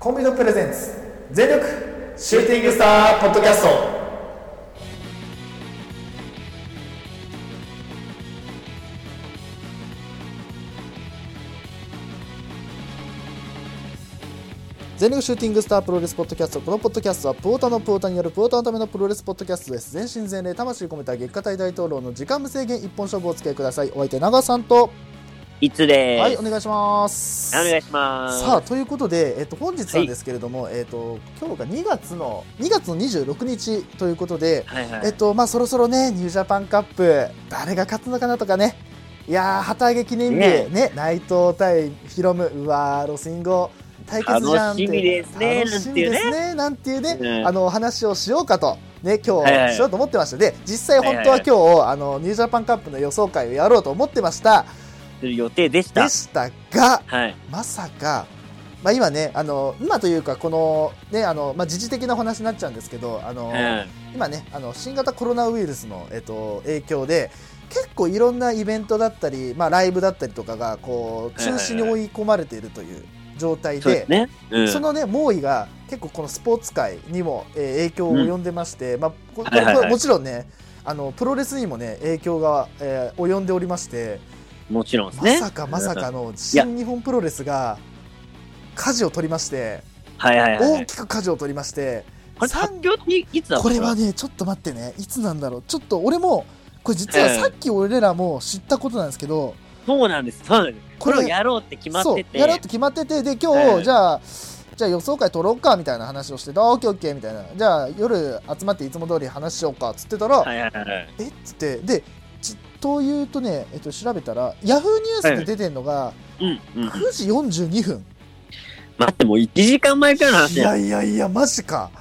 コンビのプレゼンツ全力シューティングスターポッドキャスト。全力シューティングスタープロレスポッドキャスト。このポッドキャストはプオタのプオタによるプオタのためのプロレスポッドキャストです。全身全霊魂込めた月下大大統領の時間無制限一本勝負をお付き合いください。お相手長さんといつです。 はい、お願いします。 お願いします。 さあということで、本日なんですけれども、今日が2月の26日ということで、 はいはい、 まあそろそろねニュージャパンカップ誰が勝つのかなとかね、いやー旗揚げ記念日ね内藤対ヒロム、うわーロスインゴ対決じゃんって、 楽しみですね楽しみですねなんていうね、話をしようかとね今日しようと思ってました。で実際本当は今日、ニュージャパンカップの予想会をやろうと思ってました予定でしたが、 はい、 まさか、まあ、今ね今というかこのねまあ、時事的なお話になっちゃうんですけど今ね新型コロナウイルスの、影響で結構いろんなイベントだったり、まあ、ライブだったりとかがこう中止に追い込まれているという状態で、そのね猛威が結構このスポーツ界にも、影響を及んでまして、まあ、これもちろんねプロレスにもね影響が、及んでおりまして、 もちろんですね。 まさかの新日本プロレスが舵を取りまして、大きく舵を取りまして、 発表っていつだったの？ これはねちょっと待ってね、いつなんだろう。ちょっと俺もこれ実はさっき俺らも知ったことなんですけど、 そうなんです。これをやろうって決まってて、 やろうって決まってて、で今日、じゃあ予想会取ろうかみたいな話をして、オッケーオッケーみたいな、じゃあ夜集まっていつも通り話しようかっつってたら、っつってでというとね、調べたらヤフーニュースで出てるのが9時42分。 待って、もう1時間前からの話や。 いやマジか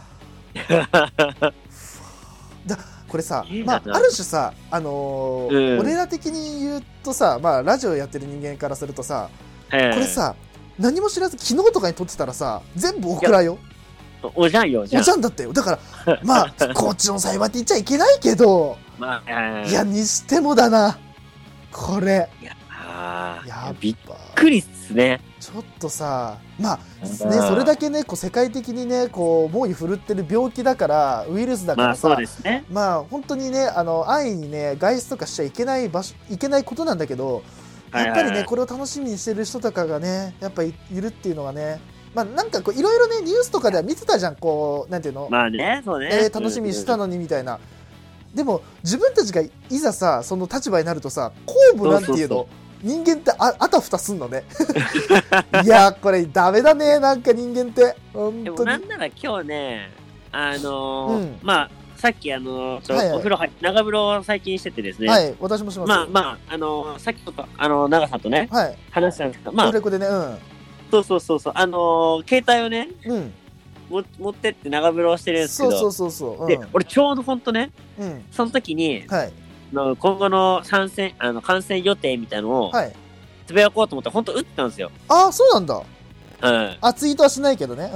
これさ、まあ、ある種さ、俺ら的に言うとさ、まあ、ラジオやってる人間からするとさ、これさ何も知らず昨日とかに撮ってたらさ全部オクラよ。 おじゃんだったよ。だからまあこっちの裁判って言っちゃいけないけど、いやにしてもだなこれ。 びっくりっすね。 ちょっとさ、まあね、それだけねこう世界的にねこう猛威振るってる病気だから、ウイルスだからさ、 そうですね、 まあ本当にね安易にね外出とかしちゃいけないことなんだけど、やっぱりねこれを楽しみにしてる人とかがねやっぱいるっていうのがね、まあなんかこういろいろねニュースとかでは見てたじゃん、こうなんていうの、楽しみにしたのにみたいな。でも自分たちがいざさその立場になるとさ、後部なんていうの人間ってあたふたすんのねいやこれダメだね、なんか人間って本当に。 でもなんなら今日ねまあさっきお風呂長風呂を最近しててですね、 私もします。 まあさっきちょっと長さんとね、話したんですけど、まあでね、 そう携帯をね、持ってって長風呂してるんですけど、で俺ちょうど本当ね、その時に今後の観戦予定みたいなのをつぶやこうと思って本当打ってたんですよ。 そうなんだ。ツイートはしないけどね。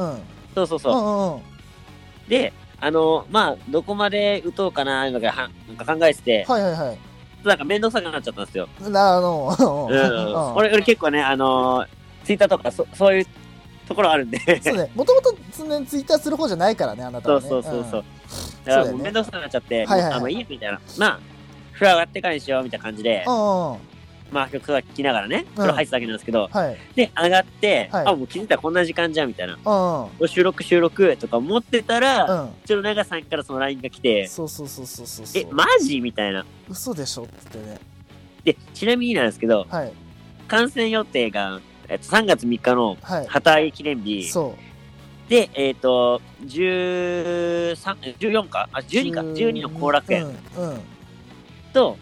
でまあどこまで打とうかななんか考えてて、なんか面倒くさくなっちゃったんですよ。俺結構ねツイッターとかそういうところあるんでそうね、もともとツイッターする方じゃないからね、あなたはね。 だからもう面倒くさくなっちゃって、いいみたいな、まあ風呂上がってからにしようみたいな感じで、まあ曲とか聴きながらね風呂入ってたわけなんですけど、で上がって、もう気づいたらこんな時間じゃんみたいな、収録とか思ってたら、うちの長さんからその LINE が来て、マジみたいな、 嘘でしょってね。 でちなみになんですけど、観戦予定が3月3日の旗揚げ記念日、で14か12か12の後楽園と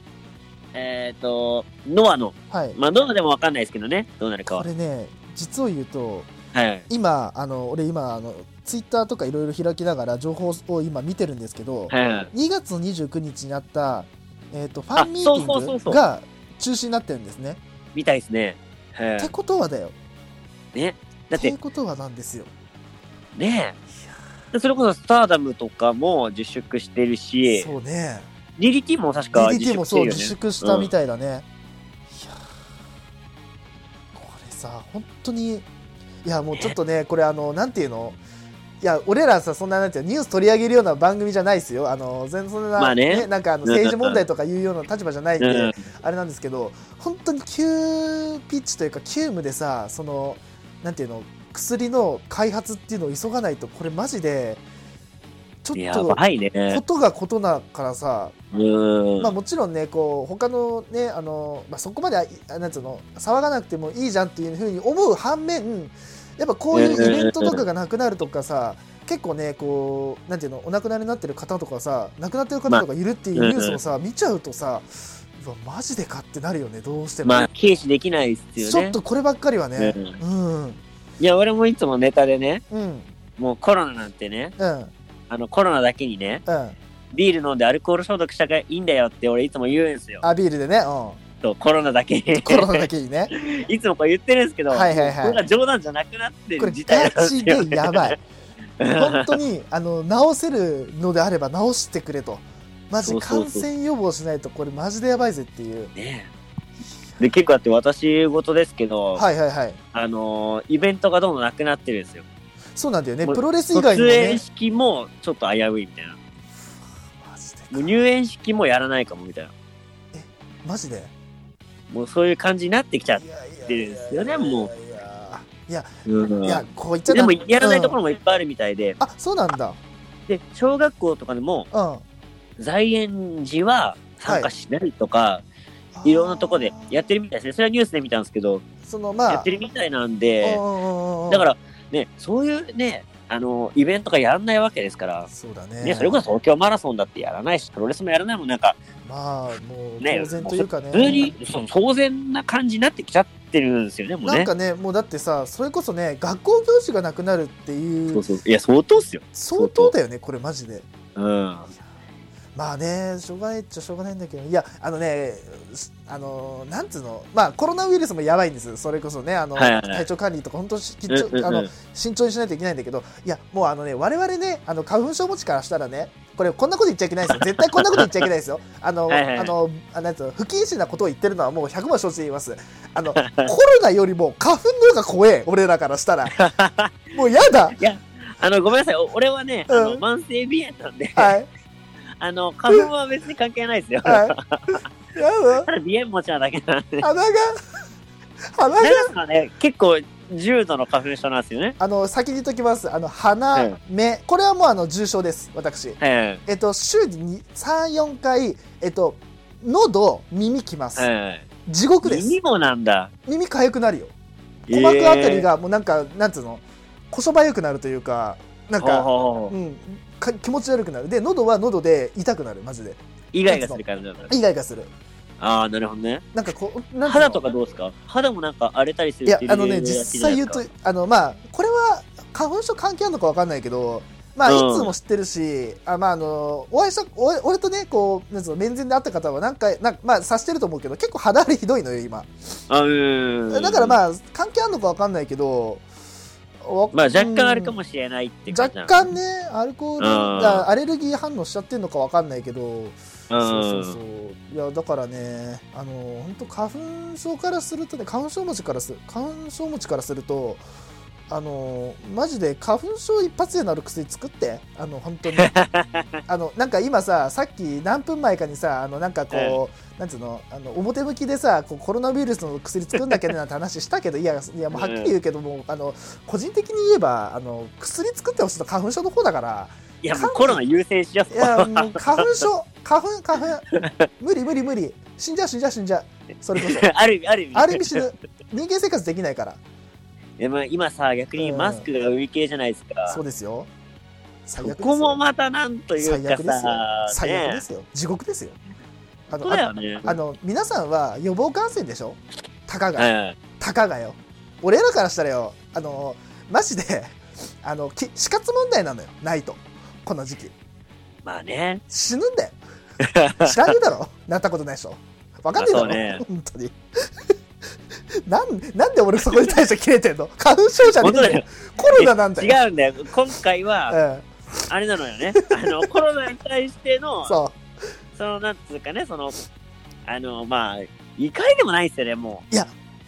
ノアの、まあノアでも分かんないですけどね、どうなるかは。 これね実を言うと、今俺ツイッターとかいろいろ開きながら情報を今見てるんですけど、2月の29日にあったファンミーティングが中止になってるんですね。 みたいですね。 ってことはだよ。 だってってことはなんですよ。 それこそスターダムとかも自粛してるし、 そうね。 DDT も確か自粛してるよね。 自粛したみたいだね。いやこれさ本当にいやもうちょっとねこれなんていうの、いや俺らさそんななんていうニュース取り上げるような番組じゃないですよ。全然そんな、 まあね、 なんか政治問題とかいうような立場じゃないんで、あれなんですけど、本当に急ピッチというか急務でさ、そのなんていうの薬の開発っていうのを急がないとこれマジでちょっとことがことだからさ、まあもちろんねこう他のねそこまでなんつうの騒がなくてもいいじゃんっていうふうに思う反面、やっぱこういうイベントとかがなくなるとかさ、結構ねこうなんていうのお亡くなりになってる方とかさ亡くなってる方とかいるっていうニュースをさ見ちゃうとさ、うわマジでかってなるよね、どうしても。 まあ軽視できないですよね。 ちょっとこればっかりはね。 いや俺もいつもネタでね、もうコロナなんてね、コロナだけにね、ビール飲んでアルコール消毒したからいいんだよって俺いつも言うんですよ。 ビールでね。 コロナだけにコロナだけにねいつもこれ言ってるんですけど、これが冗談じゃなくなってる事態なんですよ。 これガチでやばい本当に治せるのであれば治してくれと。マジ感染予防しないとこれマジでやばいぜっていうね。 で結構あって私事ですけど、イベントがどんどんなくなってるんですよ。 そうなんだよね。プロレス以外にもね、 卒園式もちょっと危ういみたいな。もう入園式もやらないかもみたいな。 マジでもうそういう感じになってきちゃってるんですよね。もういやこう言っちゃでもやらないところもいっぱいあるみたいで、 そうなんだ。 で小学校とかでも、在園時は参加しないとか、いろんなところでやってるみたいですね。それはニュースで見たんですけど、やってるみたいなんで、だからね、そういうね、イベントがやらないわけですから、 そうだね。 それこそ東京マラソンだってやらないし、プロレスもやらないもん、なんか、 まあ、もう当然というかね、 普通に当然な感じになってきちゃってるんですよね、もうね。 なんかね、もうだってさ、それこそね、学校行事がなくなるっていう、 いや、相当っすよ。 相当だよね、これ、マジで。まあね、しょうがないっちゃしょうがないんだけど、いや、なんつうの、まあ、コロナウイルスもやばいんです、それこそね、体調管理とか、本当、慎重にしないといけないんだけど、いや、もう我々ね、花粉症持ちからしたらね、これ、こんなこと言っちゃいけないですよ、絶対こんなこと言っちゃいけないですよ、なんつうの、不謹慎なことを言ってるのは、もう100万承知で言います、コロナよりも花粉の方が怖え、俺らからしたら、もうやだ。 いや、ごめんなさい、俺はね、慢性鼻炎なんで。花粉は別に関係ないですよ。ただ鼻炎持ちなだけなんで。鼻がね、結構重度の花粉症なんですよね。 先に言っときます。鼻、目、これはもう重症です、私。週に3、4回、喉、耳きます。地獄です。 耳もなんだ。 耳かゆくなるよ。鼓膜あたりがもうなんか、なんつうの、こしょばゆくなるというか、なんか、気持ち悪くなる。で、喉は喉で痛くなる、マジで。 イガイガする感じなんだ。 イガイガする。 ああ、なるほどね。 なんかこう、 肌とかどうですか？肌もなんか荒れたりするっていう。 いや、実際言うと、まあ、これは花粉症関係あるのかわかんないけど、まあ、いつも知ってるし、まあ、お会いした、俺とね、こう、なんつうの、面前で会った方は何回、まあ、察してると思うけど、結構肌荒れひどいのよ、今。だからまあ、関係あるのかわかんないけど、 まあ若干あるかもしれないって感じ。 若干ね、アルコールアレルギー反応しちゃってるのかわかんないけど、そういやだからね、本当花粉症からするとね、花粉症持ちからすると、マジで花粉症一発でなる薬作って、本当になんか今さっき何分前かにさなんかこう、なんつうの表向きでさこうコロナウイルスの薬作んなきゃねなんて話したけど、いやもうはっきり言うけども、個人的に言えば薬作ってほしいの花粉症の方だから。 いやもうコロナ優先しやすい。 いやもう花粉症花粉無理死んじゃうそれこそある意味死ぬ。人間生活できないから。 でも今さ逆にマスクが売り切れじゃないですか。 そうですよ。 そこもまたなんというかさ、 最悪ですよ。地獄ですよ。 そうだよね。 皆さんは予防感染でしょ。たかがよ。俺らからしたらよ、マジで死活問題なのよ。ないとこの時期。 まあね。 死ぬんだよ。知らねえだろ。なったことないでしょ。わかんねえだろ。ね、本当に。なんで俺そこに対して切れてんの？花粉症じゃねえんだよ。コロナなんだよ。 違うんだよ。今回は、あれなのよね。コロナに対しての、そのなんつうかね、まあ、怒りでもないですよね、もう。 いや、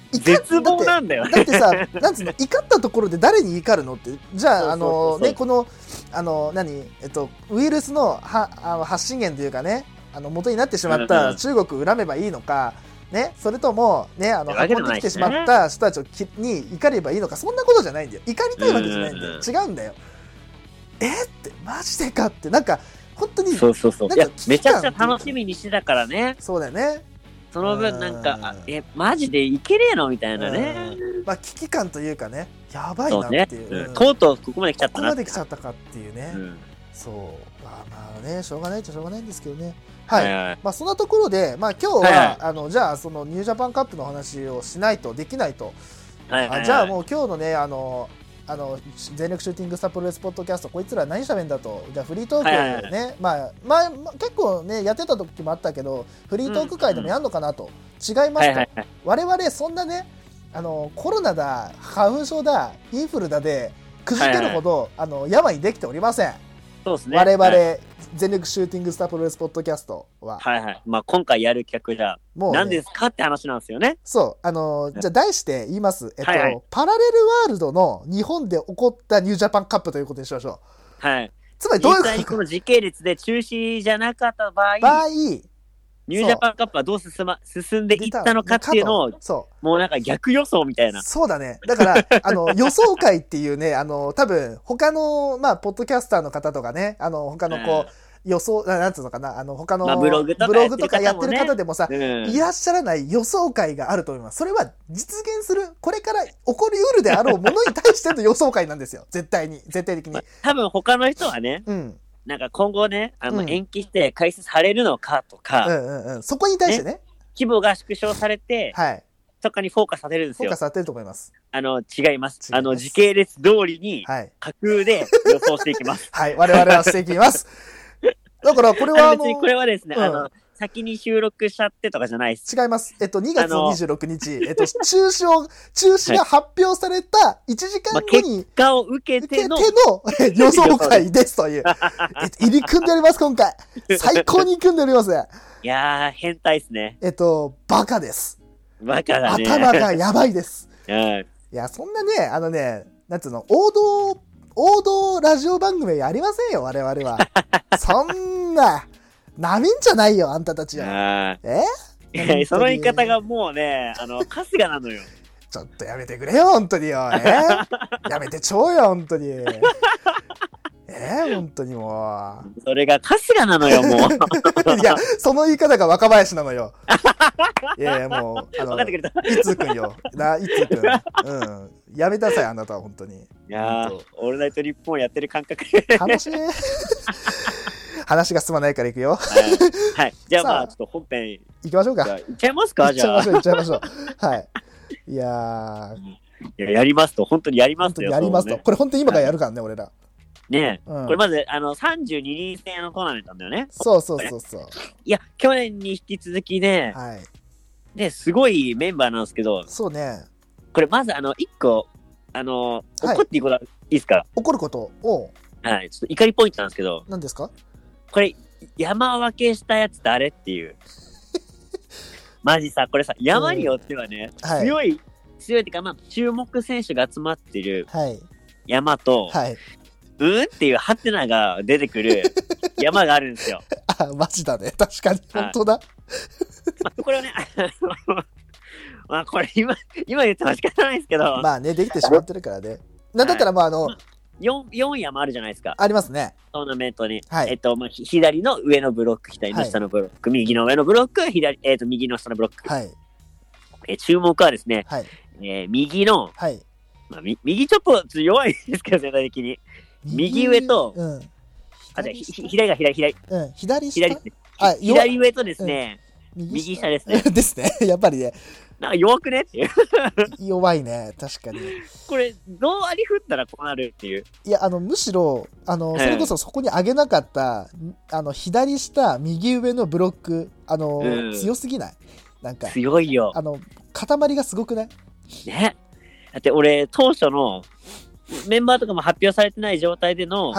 絶望なんだよね。 だってさ、なんつうの、怒ったところで誰に怒るのって、じゃあ、ね、この、ウイルスの発信源というかね、元になってしまった中国を恨めばいいのか、ね、それとも、ね、運んできてしまった人たちに怒ればいいのか、そんなことじゃないんだよ。怒りたいわけじゃないんだよ。違うんだよ。ってマジでかって、なんか本当にそういやめちゃくちゃ楽しみにしてたからね。 そうだよね。 その分なんかマジでいけねえのみたいなね。 まあ危機感というかね、やばいなっていう。 とうとうここまで来ちゃったな。 ここまで来ちゃったかっていうね。そうまあね、しょうがないっちゃしょうがないんですけどね。はい。まあそんなところで、まあ今日はじゃあそのニュージャパンカップの話をしないとできないと。じゃあもう今日のね全力シューティングスタープロレスポッドキャスト、こいつら何しゃべんだと。じゃあフリートークね、まあ結構ねやってた時もあったけど、フリートーク会でもやんのかなと。違いますと。我々そんなねコロナだ花粉症だインフルだでくじけるほど病にできておりません。 そうですね。 我々全力シューティングスタープロレスポッドキャストは、 まあ今回やる企画じゃもう、何ですかって話なんですよね。 そうじゃあ題して言います。パラレルワールドの日本で起こったニュージャパンカップということにしましょう。はい。 つまりどういうこと？ 実際にこの時系列で中止じゃなかった場合ニュージャパンカップはどう進んでいったのかっていうのを、もうなんか逆予想みたいな。 そうだね。だから、予想会っていうね、多分、他の、まあ、ポッドキャスターの方とかね、他のこう、予想、なんつうのかな、他のブログとかやってる方でもさ、いらっしゃらない予想会があると思います。それは実現する、これから起こりうるであろうものに対しての予想会なんですよ。絶対的に。 多分他の人はね、なんか今後ね、延期して開催されるのかとか、 そこに対してね、 規模が縮小されて、とかにフォーカスされるんですよ。 フォーカスされてると思います。 違います。時系列通りに、架空で予想していきます。 はい、我々はしていきます。だからこれは別にこれはですね、先に収録しちゃってとかじゃないです。 違います。2月26日、中止が発表された1時間後に、 結果を受けての予想会ですという。入り組んでおります、今回。最高に組んでおります。 いやー、変態ですね。 バカです。 バカだね。 頭がやばいです。いや、そんなね、なんつうの、王道ラジオ番組やりませんよ、我々は。そんな、なめんじゃないよ、あんたたちは。 その言い方がもうね、春日なのよ。 ちょっとやめてくれよ、本当によ。やめてちょうよ、本当に。本当にもう。それが春日なのよ、もう。 いや、その言い方が若林なのよ。いや、もう、 分かってくれた。 いつくんよ。いつくん。やめなさい、あなたは、本当に。 いやー、オールナイトニッポンやってる感覚。 楽しい。話が進まないからいくよ。 はい。じゃあまあ、ちょっと本編。 行きましょうか。 行っちゃいますか、じゃあ。 行っちゃいましょう。はい。いややりますと、本当にやりますよ。 やりますと。これ本当に今からやるからね、俺ら。 ねえ。これまず、32人制のトーナメントなんだよね。 そう。 いや、去年に引き続きね、ね、すごいメンバーなんですけど、 そうね。 これまず一個、怒っていいこといいですか？ 怒ることを。 はい、ちょっと怒りポイントなんですけど。 何ですか？ これ、山分けしたやつ誰っていう。マジさ、これさ、山によってはね、強いっていうか、まあ、注目選手が集まってる山と、っていうハテナが出てくる山があるんですよ。 マジだね。確かに、本当だ。 これはね、まあ、これ今言っても仕方ないですけど。 まあね、できてしまってるからね。なんだったら、まあ 4山あるじゃないですか。 ありますね。 トーナメントに。まあ、左の上のブロック、左の下のブロック、右の上のブロック、右の下のブロック。注目はですね、右の、まあ、右ちょっと弱いですけど、全体的に。右上と、左が左。左上とですね、右下ですね。 ですね。やっぱりね。 なんか弱くねっていう。 弱いね、確かに。 これ、どうあり振ったらこうなるっていう。 いや、むしろ、それこそそこに上げなかった、左下、右上のブロック、強すぎない？なんか。 強いよ。 塊がすごくない？ ね。だって俺、当初の、メンバーとかも発表されてない状態での、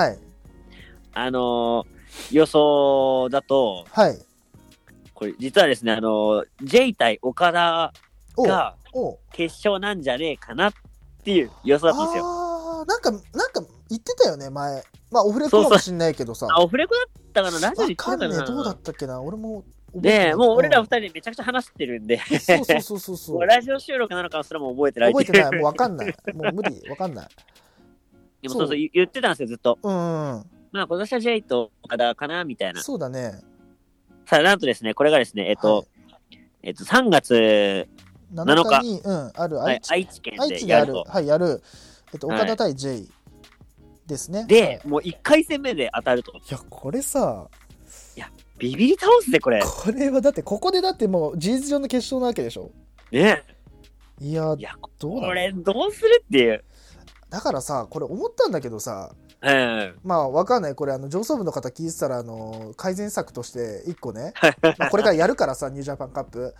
予想だと、これ実はですね、J 対岡田が決勝なんじゃねえかなっていう予想だったんですよ。 なんか言ってたよね前。まあオフレコかもしんないけどさ。 オフレコだったかな、ラジオで言ってたかな。 どうだったっけな、俺も。 でもう俺ら二人でめちゃくちゃ話してるんでそうラジオ収録なのかすらも覚えてない。 覚えてない、もう分かんない。もう無理、分かんない。 でもそう言ってたんですよ、ずっと。まあ今年は J と岡田かなみたいな。 そうだね。 さあなんとですね、これがですね、3月7日に、ある愛知県でやるやる岡田対 J ですね。 で、もう1回戦目で当たると。 いやこれさ、 いやビビり倒すでこれ。 これはだってここでだってもう事実上の決勝なわけでしょ。 ね。 いやどうこれどうするっていう。 だからさ、これ思ったんだけどさ、まあわかんない、これ上層部の方聞いてたら改善策として1個ねまあこれからやるからさニュージャパンカップ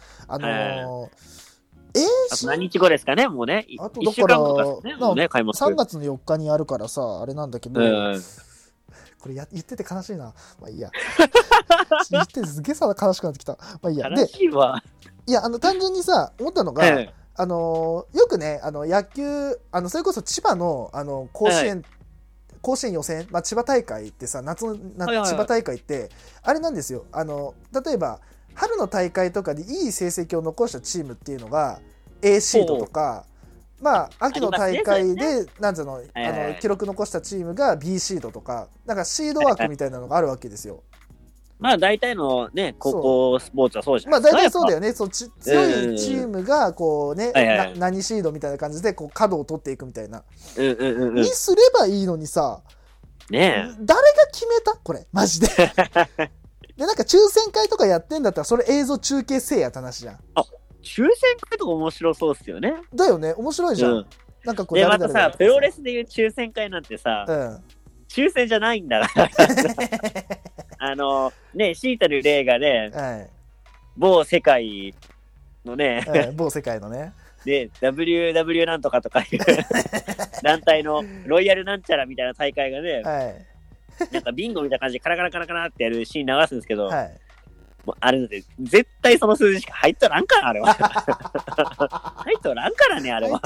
何日後ですかね、もうね。 あとだから 3 月の4日にやるからさ、あれなんだけど、これ言ってて悲しいな。まあいいや。言っててすげえさ悲しくなってきた。まあいいや。 悲しいわ。 いや単純にさ思ったのが、よくね野球それこそ千葉の甲子園予選、まあ、千葉大会ってさ千葉大会ってあれなんですよ。例えば春の大会とかでいい成績を残したチームっていうのが A シードとか、まあ秋の大会でなんつうの記録残したチームが B シードとか、なんかシード枠みたいなのがあるわけですよ。 まあ大体のね高校スポーツはそうじゃないですか。まあ大体そうだよね。強いチームがこうね何シードみたいな感じでこう角を取っていくみたいなにすればいいのにさ、 ね、 誰が決めたこれマジで。でなんか抽選会とかやってんだったらそれ映像中継せえやって話じゃん。 抽選会とか面白そうっすよね。 だよね、面白いじゃん。なんかこうでまたさプロレスでいう抽選会なんてさ、抽選じゃないんだからね、シータルレイがね、某世界のね、 某世界のねで WW なんとかとかいう団体のロイヤルなんちゃらみたいな大会がね、なんかビンゴみたいな感じでカラカラカラカラってやるシーン流すんですけど、もうあれで絶対その数字しか入っとらんからあれは入っとらんからねあれは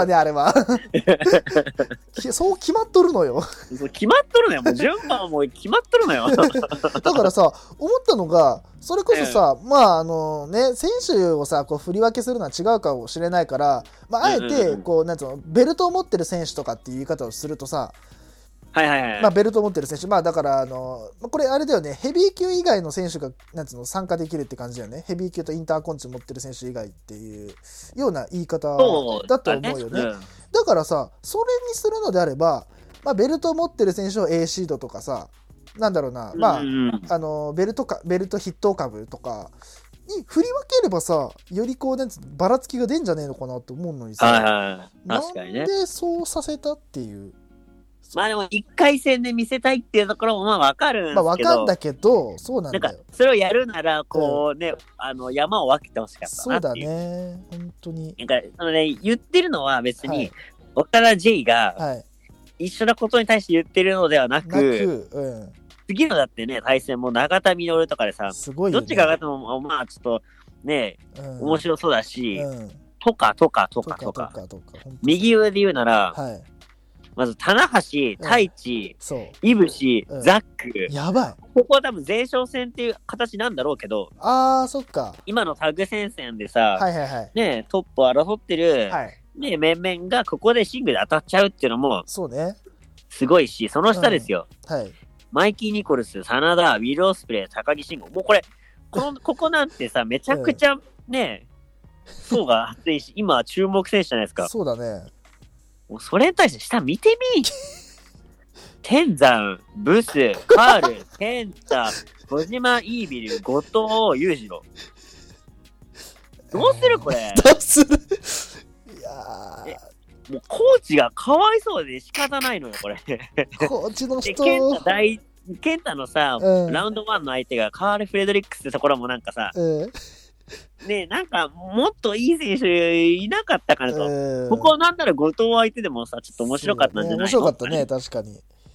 そう決まっとるのよ。 そう決まっとるのよ、もう順番はもう決まっとるのよ。 だからさ思ったのがそれこそさ、まあね選手をさこう振り分けするのは違うかもしれないから、まあ、あえてこうなんつうのベルトを持ってる選手とかっていう言い方をするとさ、まあベルトを持ってる選手、まあだからこれあれだよね、ヘビー級以外の選手がなんつうの参加できるって感じだよね。ヘビー級とインターコンチ持ってる選手以外っていうような言い方だと思うよね。だからさそれにするのであれば、まあ、ベルトを持ってる選手を A シードとかさ、なんだろうな、まあベルト筆頭株とかに振り分ければさ、よりこうなんつうばらつきが出んじゃねえのかなと思うのにさ、 確かにね、 なんでそうさせたっていう。 まあでも1回戦で見せたいっていうところもまあ分かるんですけど、 まあ分かんだけど、そうなんだよ。 なんかそれをやるならこうね、山を分けてほしかったなっていう。 そうだね、本当に。 なんか言ってるのは別に、岡田 J が一緒なことに対して言ってるのではなく、次のだってね対戦も永田実とかでさ、 すごいよね、 どっちが上がってもまあちょっとね、面白そうだし、とか右上で言うなら、まず棚橋、太一、いぶし、ザック、 やばい。 ここは多分前哨戦っていう形なんだろうけど、 そっか。 今のタグ戦線でさ、ね、トップを争ってる、ね、面々がここでシングルで当たっちゃうっていうのもそうね、 すごいし、その下ですよ、マイキー・ニコルス、真田、ウィル・オスプレイ、高木慎吾、もうここなんてさ、めちゃくちゃね、層が厚いし、今注目選手じゃないですか。 そうだね。 もうそれに対して下見てみ天山、ブス、カール、ケンタ、小島、イービル、後藤、裕次郎。どうするこれ。 どうする。いやもうコーチがかわいそうで仕方ないのよ、これ。 コーチの人。 ケンタのさ、ラウンド1の相手がカール・フレドリックスってところもなんかさ、ね、なんかもっといい選手いなかったかなと、ここなんなら後藤相手でもさちょっと面白かったんじゃないの。 面白かったね、確かに。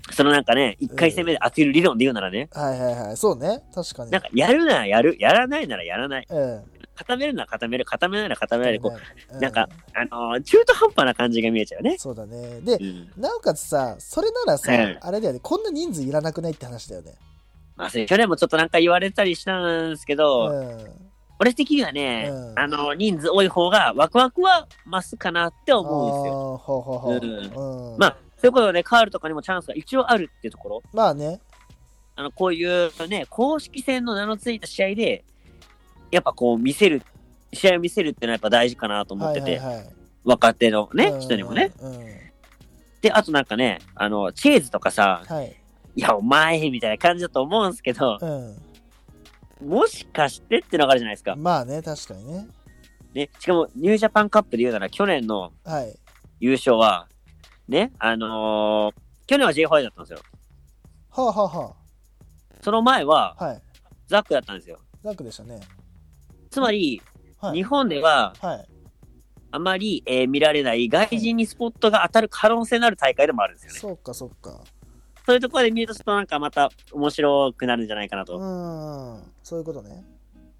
そのなんかね、1回戦目で当てる理論で言うならね。 はいはいはい。そうね。確かに。 なんか、やるならやる。やらないならやらない。固めるなら固める。固めないなら固めないで、こう、なんか、中途半端な感じが見えちゃうね。 そうだね。で、なおかつさ、それならさ、あれだよね、こんな人数いらなくないって話だよね。 まあ、去年もちょっとなんか言われたりしたんですけど、俺的にはね、人数多い方がワクワクは増すかなって思うんですよ。まあ、そういうことで、カールとかにもチャンスが一応あるっていうところ。 まあね。 こういうね、公式戦の名のついた試合で、やっぱこう試合を見せるっていうのはやっぱ大事かなと思ってて、若手のね、人にもね。で、あとなんかね、チェーズとかさ、いや、お前みたいな感じだと思うんですけど、もしかしてってのがあるじゃないですか。 まあね、確かにね。 ね、しかもニュージャパンカップで言うなら去年の優勝は、ね、去年は J ホワイトだったんですよ。 はあはあはあ。 その前は、ザックだったんですよ。 ザックでしたね。 つまり、日本では、あまり、見られない外人にスポットが当たる可能性のある大会でもあるんですよね。 そうか、そうか。 そういうところで見ると、ちょっとなんかまた面白くなるんじゃないかなと。 そういうことね。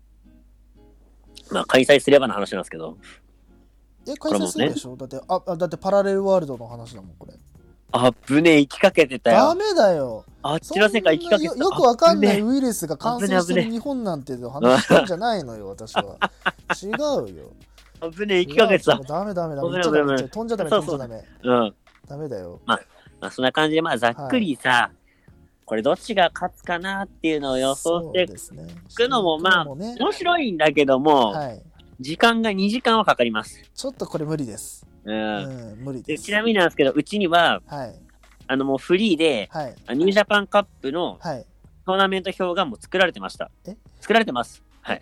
まあ、開催すればの話なんですけど。 開催するでしょ、ね、だってパラレルワールドの話だもん、これ。 ぶねえ、行きかけてたよ。 ダメだよ。 あっちの世界行きかけてた。 よくわかんないウイルスが感染してる日本なんて話してんじゃないのよ、私は。違うよ。 ぶねえ、行きかけてた。 ダメ。飛んじゃダメ。ダメだよ。 まあ、そんな感じで、まあ、ざっくりさ、これどっちが勝つかなっていうのを予想していくのも、まあ、面白いんだけども、時間が2時間はかかります。 ちょっとこれ無理です。無理です。 ちなみになんですけど、うちには、もうフリーで、ニュージャパンカップのトーナメント表がもう作られてました。作られてます。はい。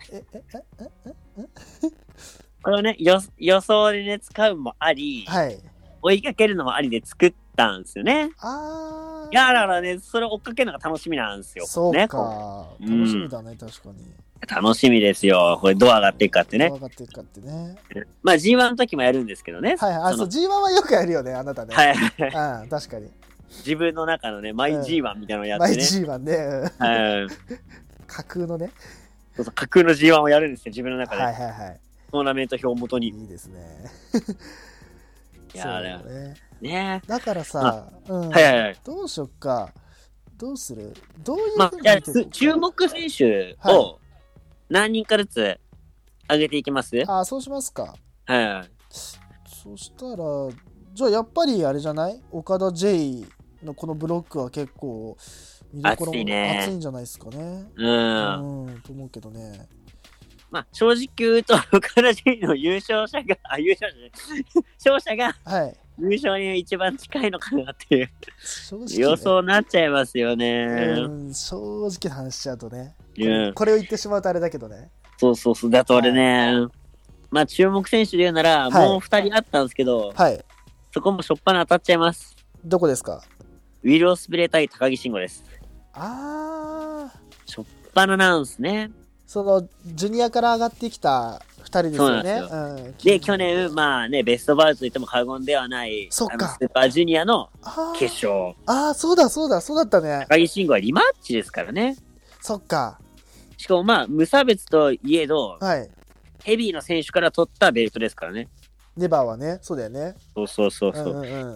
これをね、予想でね、使うのもあり、追いかけるのもありで作ったんですよね。いや、だからね、それを追っかけるのが楽しみなんですよ。 そうか。楽しみだね、確かに。 楽しみですよ。これどう上がっていくかってね。 どう上がっていくかってね。 まあ G1 の時もやるんですけどね。 そう、G1 はよくやるよね、あなたね。確かに。 自分の中のね、マイ G1 みたいなのをやってね。 マイ G1 ね。架空のね。 そうそう、架空の G1 をやるんですよ、自分の中で。トーナメント表をもとに。 いいですね。 いやだね。 だからさ、どうしよっか。どうする？どういうまあ、注目選手を何人かずつ上げていきます？ そうしますか。そしたら、じゃあやっぱりあれじゃない？岡田 J のこのブロックは結構見どころも熱いんじゃないですかね。と思うけどね。 まあ、正直言うと、岡田 J の優勝者が、勝者が、優勝に一番近いのかなっていう、予想になっちゃいますよね。 正直な話しちゃうとね。これを言ってしまうとあれだけどね。 そう。だと俺ね、まあ、注目選手で言うなら、もう2人あったんですけど、そこもしょっぱな当たっちゃいます。 どこですか？ ウィル・オスプレイ対高木慎吾です。しょっぱななんですね。 そのジュニアから上がってきた2人ですよね。 で、去年、まあね、ベストバウトと言っても過言ではない、スーパージュニアの決勝。 そうだったね。 高木慎吾はリマッチですからね。 そっか。 しかもまあ、無差別といえど、ヘビーの選手から取ったベルトですからね。 ネバーはね、そうだよね。 そう。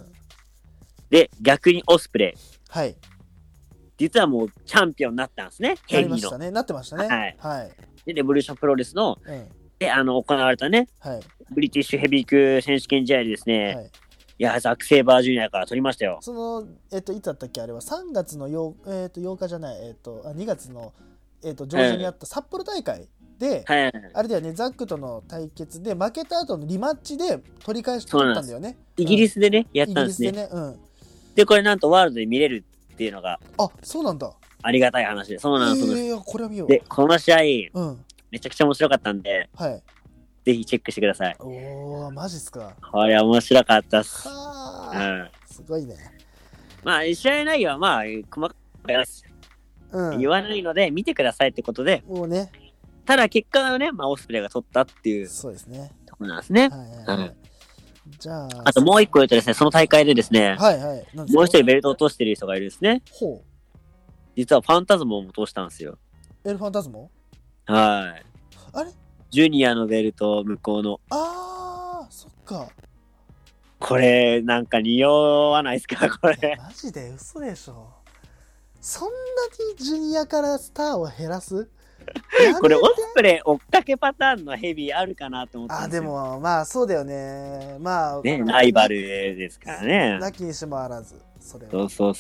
で、逆にオスプレイ。実はもうチャンピオンになったんですね。ヘビーの。 なってましたね。 で、レボリューションプロレスの、で、行われたね、ブリティッシュヘビー級選手権試合でですね、いや、ザック・セイバージュニアから取りましたよ。 その、いつだったっけ、あれは3月の8日じゃない、2月の、上旬にあった札幌大会で、あれだよね、ザックとの対決で負けた後のリマッチで取り返し取ったんだよね。 イギリスでね、やったんですね。で、これなんとワールドで見れるっていうのが、 そうなんだ。 ありがたい話で、そうなんです。 これは見よう。 で、この試合、めちゃくちゃ面白かったんで、ぜひチェックしてください。 マジっすか。 これは面白かったっす。 すごいね。 まあ、試合内容はまあ、細かいです。言わないので、見てくださいってことで、 もうね。 ただ結果はね、まあ、オスプレイが取ったっていう、 そうですね。 ところなんですね。 じゃあ。 あともう一個言うとですね、その大会でですね、 はいはい。 もう一人ベルトを落としてる人がいるんですね。 ほう。 実はファンタズモを落としたんですよ。 ファンタズモ？ はい。 あれ？ ジュニアのベルト向こうの。 そっか。 これ、なんか匂わないですか、これ。 マジで嘘でしょ。そんなにジュニアからスターを減らす？ これオスプレイ追っかけパターンのヘビーあるかなと思ってでもまあそうだよね。まあね、ライバルですからね。 なきにしもあらず、それは。そう。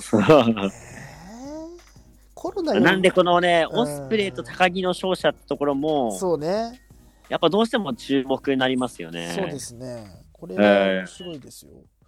コロナなんでこのね、オスプレイと高木の勝者ってところも、 そうね。 やっぱどうしても注目になりますよね。 そうですね。これは面白いですよ。